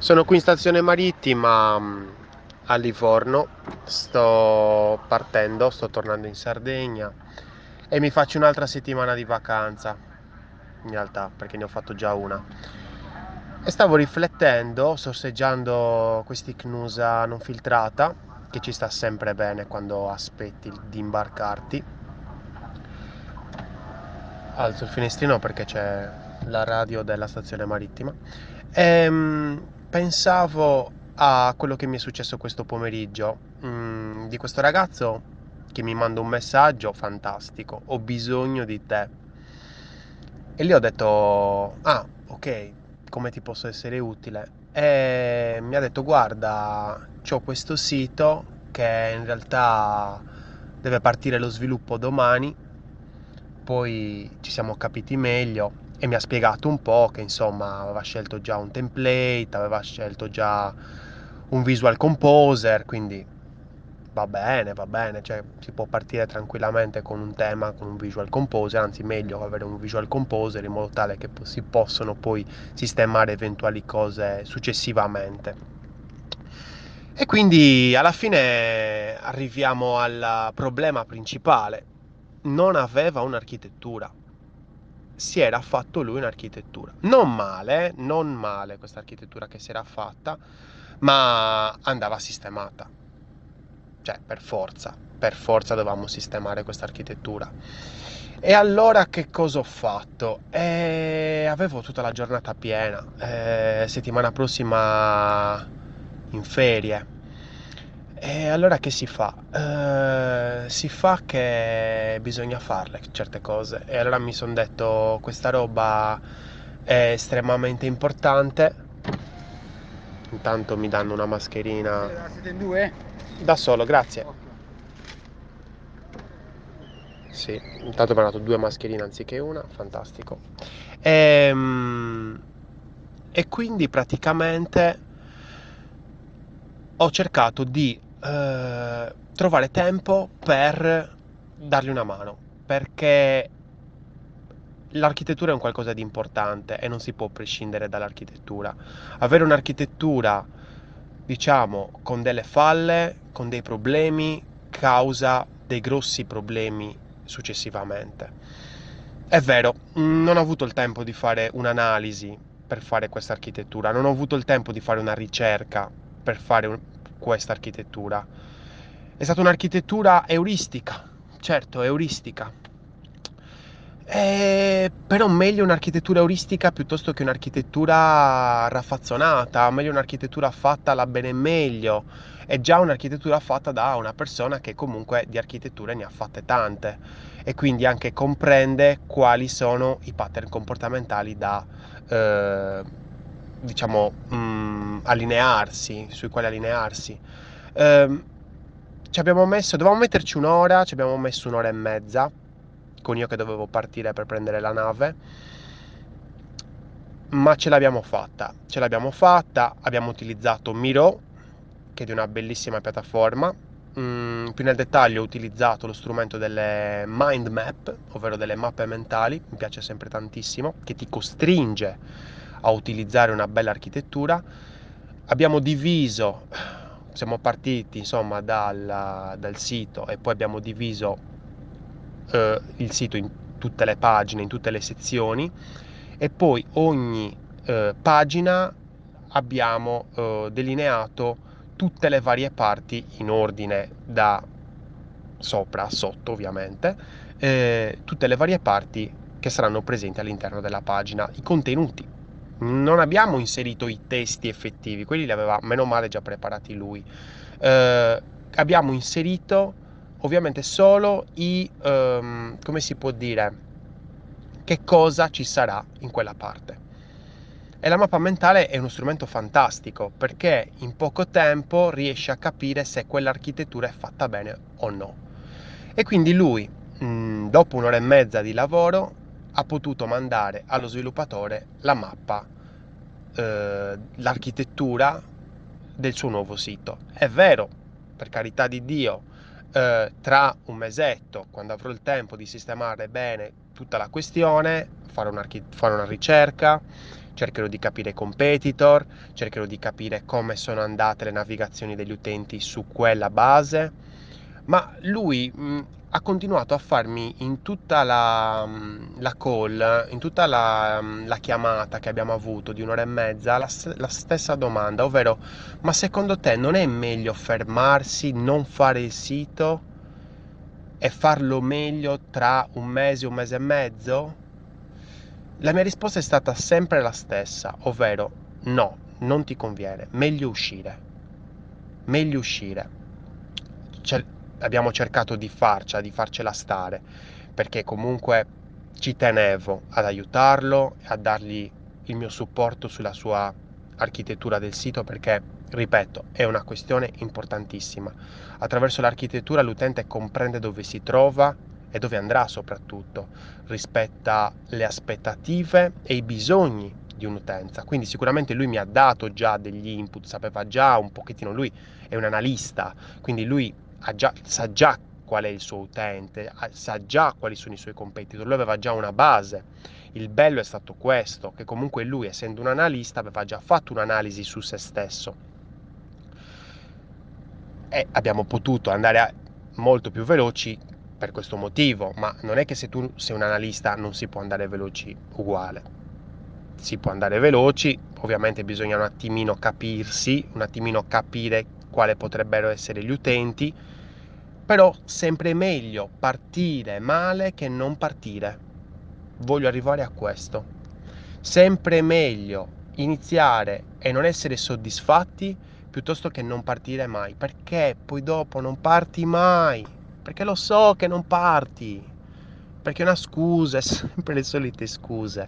Sono qui in stazione marittima a Livorno, sto partendo, sto tornando in Sardegna e mi faccio un'altra settimana di vacanza, in realtà, perché ne ho fatto già una. E stavo riflettendo, sorseggiando questi Cnusa non filtrata, che ci sta sempre bene quando aspetti di imbarcarti. Alzo il finestrino perché c'è la radio della stazione marittima. Pensavo a quello che mi è successo questo pomeriggio, di questo ragazzo che mi manda un messaggio fantastico: ho bisogno di te. E lì ho detto, ah, ok, come ti posso essere utile? E mi ha detto, guarda, c'ho questo sito che in realtà deve partire lo sviluppo domani. Poi ci siamo capiti meglio e mi ha spiegato un po' che insomma aveva scelto già un template, aveva scelto già un visual composer, quindi va bene, cioè si può partire tranquillamente con un tema, con un visual composer, anzi meglio avere un visual composer in modo tale che si possono poi sistemare eventuali cose successivamente. E quindi alla fine arriviamo al problema principale: non aveva un'architettura. Si era fatto lui un'architettura. Non male questa architettura che si era fatta, ma andava sistemata. Cioè, per forza dovevamo sistemare questa architettura. E allora che cosa ho fatto? Avevo tutta la giornata piena, settimana prossima in ferie. E allora che si fa? Si fa che bisogna farle certe cose. E allora mi sono detto, questa roba è estremamente importante. Intanto mi danno una mascherina. Siete in due? Da solo, grazie. Ok. Sì, intanto mi hanno dato due mascherine anziché una, fantastico. Ehm, E, quindi praticamente ho cercato di trovare tempo per dargli una mano, perché l'architettura è un qualcosa di importante e non si può prescindere dall'architettura. Avere un'architettura, diciamo, con delle falle, con dei problemi, causa dei grossi problemi successivamente. È vero, non ho avuto il tempo di fare un'analisi per fare questa architettura, non ho avuto il tempo di fare una ricerca per fare questa architettura. È stata un'architettura euristica, certo, euristica. Però meglio un'architettura euristica piuttosto che un'architettura raffazzonata, meglio un'architettura fatta alla bene e meglio. È già un'architettura fatta da una persona che comunque di architetture ne ha fatte tante e quindi anche comprende quali sono i pattern comportamentali da, eh, diciamo, allinearsi, sui quali allinearsi. Ehm, dovevamo metterci un'ora, ci abbiamo messo un'ora e mezza, con io che dovevo partire per prendere la nave, ma ce l'abbiamo fatta, abbiamo utilizzato Miro, che è di una bellissima piattaforma. Più nel dettaglio ho utilizzato lo strumento delle mind map, ovvero delle mappe mentali, mi piace sempre tantissimo, che ti costringe a utilizzare una bella architettura. Abbiamo diviso, siamo partiti insomma dal sito e poi abbiamo diviso il sito in tutte le pagine, in tutte le sezioni, e poi ogni pagina abbiamo delineato tutte le varie parti in ordine da sopra a sotto, ovviamente, tutte le varie parti che saranno presenti all'interno della pagina, i contenuti. Non abbiamo inserito i testi effettivi, quelli li aveva meno male già preparati lui. Eh, Abbiamo inserito ovviamente solo come si può dire, che cosa ci sarà in quella parte. E la mappa mentale è uno strumento fantastico perché in poco tempo riesce a capire se quell'architettura è fatta bene o no. E quindi lui, dopo un'ora e mezza di lavoro, ha potuto mandare allo sviluppatore la mappa, l'architettura del suo nuovo sito. È vero, per carità di Dio, tra un mesetto, quando avrò il tempo di sistemare bene tutta la questione, fare una ricerca, cercherò di capire i competitor, cercherò di capire come sono andate le navigazioni degli utenti su quella base, ma lui ha continuato a farmi in tutta la call, in tutta la chiamata che abbiamo avuto di un'ora e mezza, la stessa domanda, ovvero: ma secondo te non è meglio fermarsi, non fare il sito e farlo meglio tra un mese e mezzo? La mia risposta è stata sempre la stessa, ovvero no, non ti conviene, meglio uscire. Meglio uscire. Cer- Abbiamo cercato di farcela stare, perché comunque ci tenevo ad aiutarlo e a dargli il mio supporto sulla sua architettura del sito, perché, ripeto, è una questione importantissima. Attraverso l'architettura l'utente comprende dove si trova e dove andrà soprattutto, rispetta le aspettative e i bisogni di un'utenza. Quindi sicuramente lui mi ha dato già degli input, sapeva già un pochettino, lui è un analista, quindi lui sa già qual è il suo utente, sa già quali sono i suoi competitor, lui aveva già una base. Il bello è stato questo, che comunque lui, essendo un analista, aveva già fatto un'analisi su se stesso e abbiamo potuto andare molto più veloci per questo motivo, ma non è che se tu sei un analista non si può andare veloci uguale. Si può andare veloci, ovviamente bisogna un attimino capirsi, un attimino capire quali potrebbero essere gli utenti, però sempre meglio partire male che non partire. Voglio arrivare a questo. Sempre meglio iniziare e non essere soddisfatti piuttosto che non partire mai. Perché poi dopo non parti mai? Perché lo so che non parti. Perché è una scusa, è sempre le solite scuse.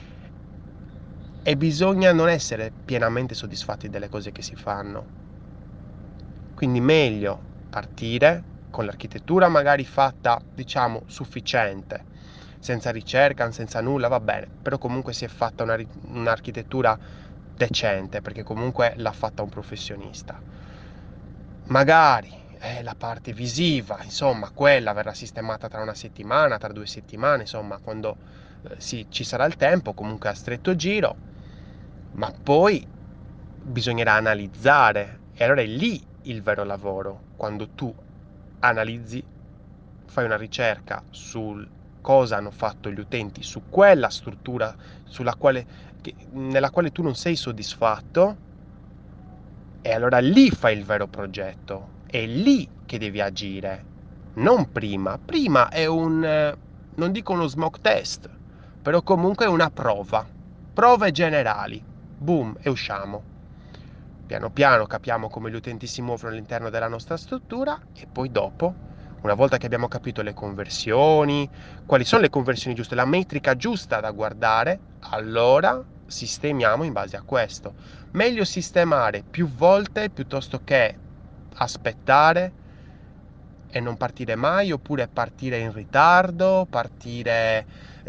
E bisogna non essere pienamente soddisfatti delle cose che si fanno. Quindi meglio partire con l'architettura magari fatta, diciamo, sufficiente, senza ricerca, senza nulla, va bene, però comunque si è fatta un'architettura decente, perché comunque l'ha fatta un professionista. Magari la parte visiva, insomma, quella verrà sistemata tra una settimana, tra 2 settimane, insomma, quando ci sarà il tempo, comunque a stretto giro, ma poi bisognerà analizzare, e allora è lì il vero lavoro, quando tu analizzi, fai una ricerca sul cosa hanno fatto gli utenti su quella struttura nella quale tu non sei soddisfatto, e allora lì fai il vero progetto, è lì che devi agire, non prima. Prima è non dico uno smoke test, però comunque è una prova, prove generali, boom, e usciamo. Piano piano capiamo come gli utenti si muovono all'interno della nostra struttura e poi dopo, una volta che abbiamo capito le conversioni, quali sono le conversioni giuste, la metrica giusta da guardare, allora sistemiamo in base a questo. Meglio sistemare più volte piuttosto che aspettare e non partire mai, oppure partire in ritardo, partire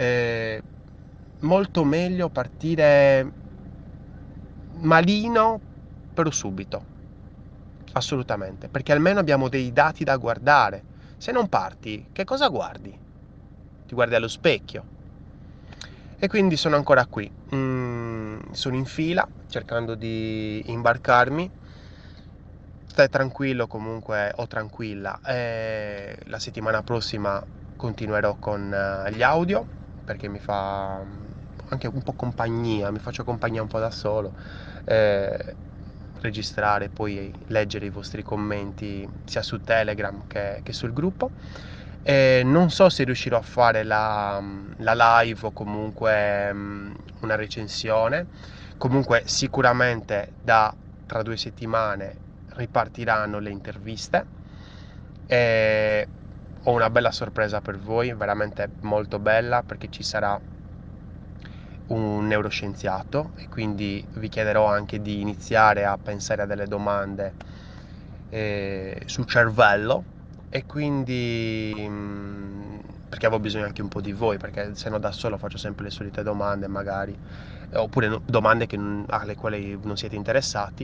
molto meglio partire malino, però subito. Assolutamente, perché almeno abbiamo dei dati da guardare. Se non parti, che cosa guardi? Ti guardi allo specchio. E quindi sono ancora qui. Sono in fila cercando di imbarcarmi. Stai tranquillo comunque, o tranquilla. La settimana prossima continuerò con gli audio perché mi fa anche un po' compagnia, mi faccio compagnia un po' da solo. Eh, Registrare e poi leggere i vostri commenti sia su Telegram che sul gruppo. Non so se riuscirò a fare la live o comunque una recensione. Comunque sicuramente tra 2 settimane ripartiranno le interviste e ho una bella sorpresa per voi, veramente molto bella, perché ci sarà un neuroscienziato e quindi vi chiederò anche di iniziare a pensare a delle domande sul cervello, e quindi perché avevo bisogno anche un po' di voi, perché se no da solo faccio sempre le solite domande magari, oppure domande alle quali non siete interessati.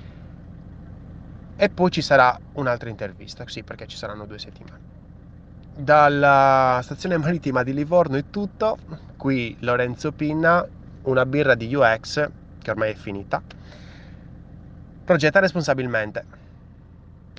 E poi ci sarà un'altra intervista, sì, perché ci saranno 2 settimane. Dalla stazione marittima di Livorno è tutto, qui Lorenzo Pinna, una birra di UX, che ormai è finita. Progetta responsabilmente.